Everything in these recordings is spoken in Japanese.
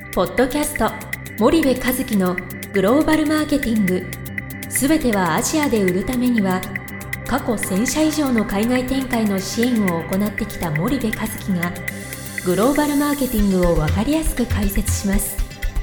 ポッドキャスト森部一樹のグローバルマーケティング、すべてはアジアで売るためには、過去1000社以上の海外展開の支援を行ってきた森部一樹がグローバルマーケティングを分かりやすく解説します。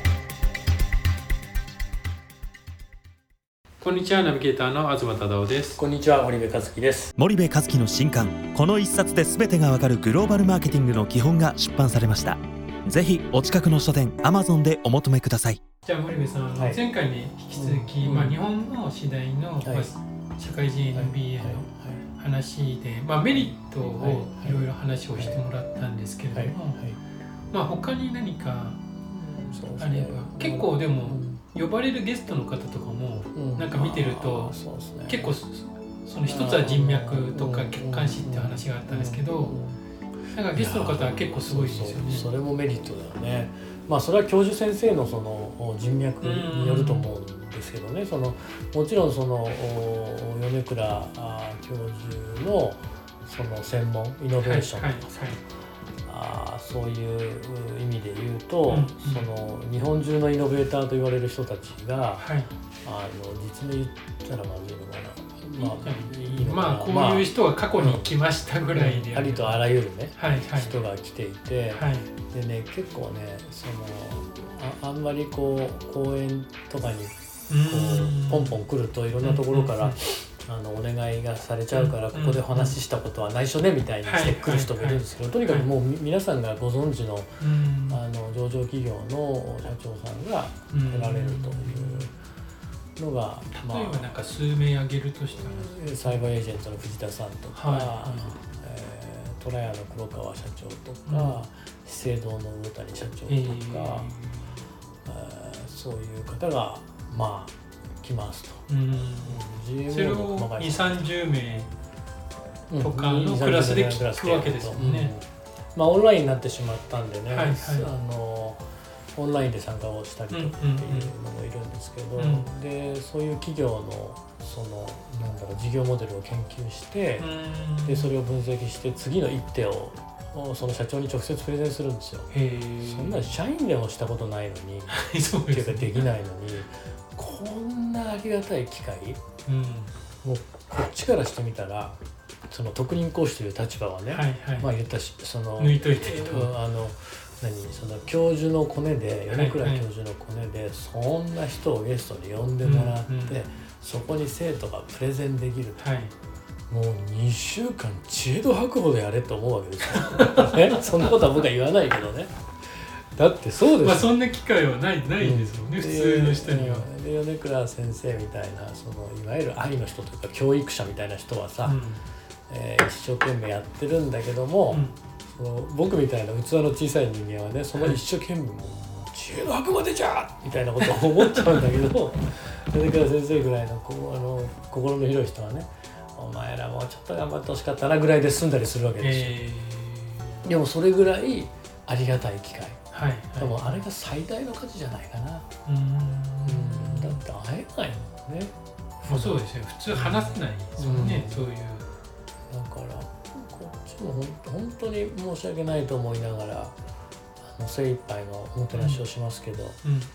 こんにちは、ナビゲーターの東忠夫です。 こんにちは、森部一樹です。 森部一樹の新刊、この一冊で全てがわかるグローバルマーケティングの基本が出版されました。ぜひお近くの書店 Amazon でお求めください。 じゃあ森部さん、前回に引き続き、日本の次第の、社会人 MBA の話で、メリットをいろいろ話をしてもらったんですけれども、他に何かあれば、結構でも呼ばれるゲストの方とかもなんか見てると、結構その一つは人脈とか客観視っていう話があったんですけど、なんかゲストの方は結構すごいですよね。 それもメリットだよね。それは教授先生のその人脈によると思うんですけどね。もちろんその米倉教授のその専門イノベーションとかさ、そういう意味で言うと、その日本中のイノベーターと言われる人たちが、実名言ったらまずいのかな。 こういう人が過去に来ましたぐらいで、 ありとあらゆるね、人が来ていて、でね、結構ね、あんまりこう講演とかにこうポンポン来るといろんなところからお願いがされちゃうから、ここで話したことは内緒ねみたいにして来る人もいるんですけど、とにかくもう皆さんがご存知の上場企業の社長さんが来られるというのが、 例えばなんか数名挙げるとしたら、 サイバーエージェントの藤田さんとか、トラヤの黒川社長とか、資生堂の魚谷社長とか、そういう方が来ますと。 それを2、30名とかのクラスで聞くわけですよね。 オンラインになってしまったんでね、オンラインで参加をしたりとかっていうのもいるんですけど、でそういう企業の事業モデルを研究して、でそれを分析して次の一手をその社長に直接プレゼンするんですよ。そんな社員でもしたことないのにっていうかできないのに、こんなありがたい機会、もうこっちからしてみたら、その特任講師という立場はね、言ったし、 抜いといてその教授のコネで、米倉教授のコネで、そんな人をゲストに呼んでもらって、そこに生徒がプレゼンできると、もう2週間知恵度白歩でやれと思うわけですよ、そんなことは僕は言わないけどね。だってそうです、 そんな機会はないですもんね、普通の人には。 で米倉先生みたいな、いわゆる愛の人というか教育者みたいな人はさ、一生懸命やってるんだけども、僕みたいな器の小さい人間はね、その一生懸命もう知恵の白までじゃみたいなことを思っちゃうんだけど米倉先生ぐらいの心の広い人はね、お前らもうちょっと頑張ってほしかったなぐらいで済んだりするわけですよ。でもそれぐらいありがたい機会、でもあれが最大の価値じゃないかな。だって会えないもんね。 そうですね、普通話せないですよね、そういう。 だからこっちも本当に申し訳ないと思いながら精一杯のおもてなしをしますけど、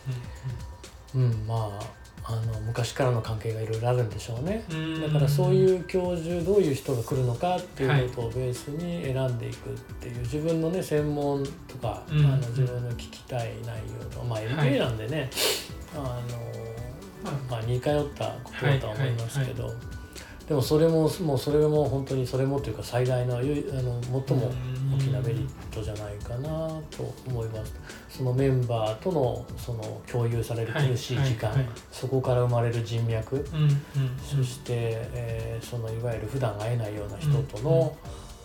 昔からの関係がいろいろあるんでしょうね。だからそういう教授、どういう人が来るのかっていうことをベースに選んでいくっていう、自分のね専門とか、自分の聞きたい内容とか、MBA なんでね、似通ったことだとは思いますけど、でもそれも本当にそれもというか最大の最も大きなメリットじゃないかなと思います。そのメンバーとの共有される苦しい時間、そこから生まれる人脈、そして、いわゆる普段会えないような人との、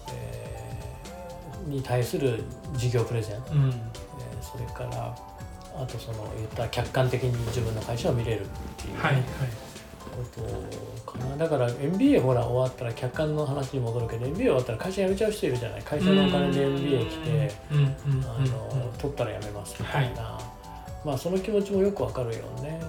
に対する事業プレゼン、それからあと言った客観的に自分の会社を見れるっていう、ことかな。だから MBA 終わったら客観の話に戻るけど、 MBA 終わったら会社辞めちゃう人いるじゃない。会社のお金で MBA 来て取ったら辞めますみたいな、その気持ちもよくわかるよね。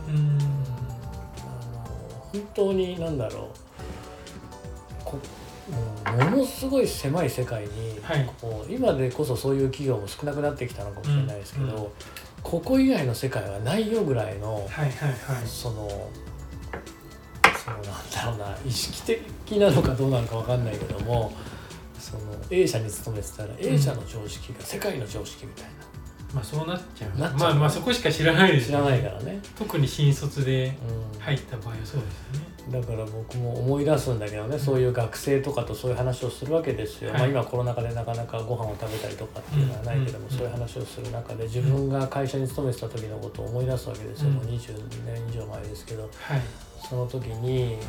本当にもものすごい狭い世界に、こう今でこそそういう企業も少なくなってきたのかもしれないですけど、ここ以外の世界はないよぐらいの、そのなんだろうな、意識的なのかどうなのか分かんないけども、その A 社に勤めてたら A 社の常識が世界の常識みたいな、 まあそうなっちゃう。まあそこしか知らないですよね。 知らないからね。 特に新卒で入った場合はそうですよね。 だから僕も思い出すんだけどね、そういう学生とかとそういう話をするわけですよ。今コロナ禍でなかなかご飯を食べたりとかっていうのはないけども、そういう話をする中で自分が会社に勤めてた時のことを思い出すわけですよ。もう22年以上前ですけど、その時に、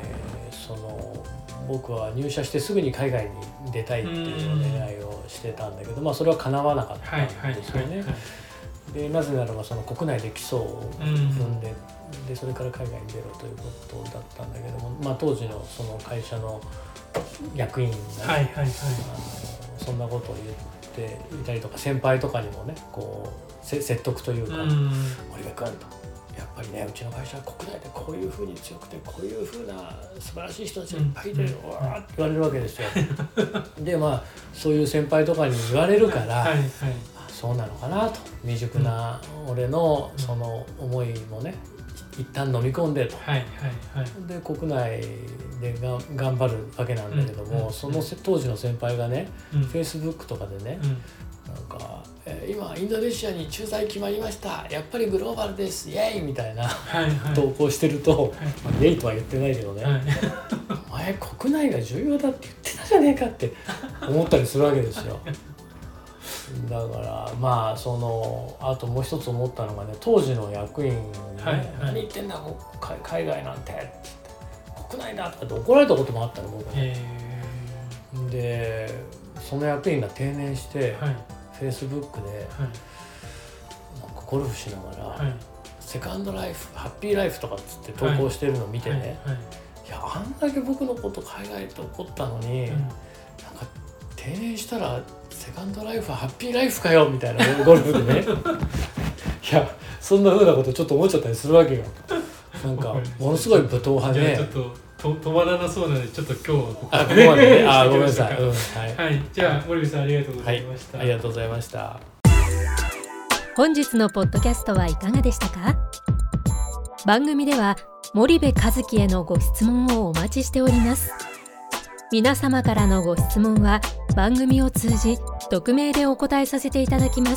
僕は入社してすぐに海外に出たいっていうお願いをしてたんだけど、それは叶わなかったんですよね。でなぜならばその国内で基礎を踏んで、でそれから海外に出ろということだったんだけども、当時のその会社の役員が、そんなことを言っていたりとか、先輩とかにもねこう説得というか、森部君と。やっぱりね、うちの会社は国内でこういうふうに強くて、こういうふうな素晴らしい人たちがいっぱいいて、わーって言われるわけですよ。でそういう先輩とかに言われるから、そうなのかなと、未熟な俺のその思いもね一旦飲み込んでと、で国内で頑張るわけなんだけども、その当時の先輩がね、Facebook とかでね、なんか今インドネシアに駐在決まりました、やっぱりグローバルです、イエーイみたいな投稿してると、イエーイとは言ってないけどね、お前国内が重要だって言ってたじゃねえかって思ったりするわけですよ。だからあともう一つ思ったのがね、当時の役員にね、何言ってんだ海外なんてって国内だとかって怒られたこともあったの僕ね。でその役員が定年して、Facebook でなんかゴルフしながら、セカンドライフ、ハッピーライフとかっつって投稿してるのを見てね、いやあんだけ僕のこと海外って怒ったのに、なんか定年したらセカンドライフはハッピーライフかよみたいなゴルフでねいやそんな風なことちょっと思っちゃったりするわけよ。なんかものすごい武闘派で、 ちょっと止まらなそうなので、ちょっと今日はここまでねごめんなさい。 じゃあ森部さんありがとうございました。 ありがとうございました。 本日のポッドキャストはいかがでしたか？番組では森部一樹へのご質問をお待ちしております。皆様からのご質問は番組を通じ匿名でお答えさせていただきます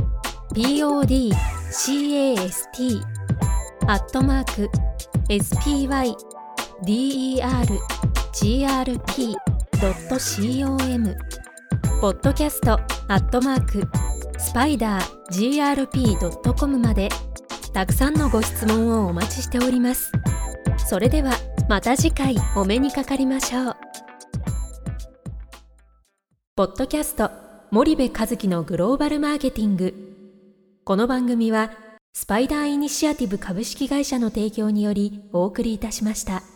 。podcast@spydergrp.com podcast@spidergrp.com までたくさんのご質問をお待ちしております。それではまた次回お目にかかりましょう。ポッドキャスト森部一樹のグローバルマーケティング。この番組はスパイダーイニシアティブ株式会社の提供によりお送りいたしました。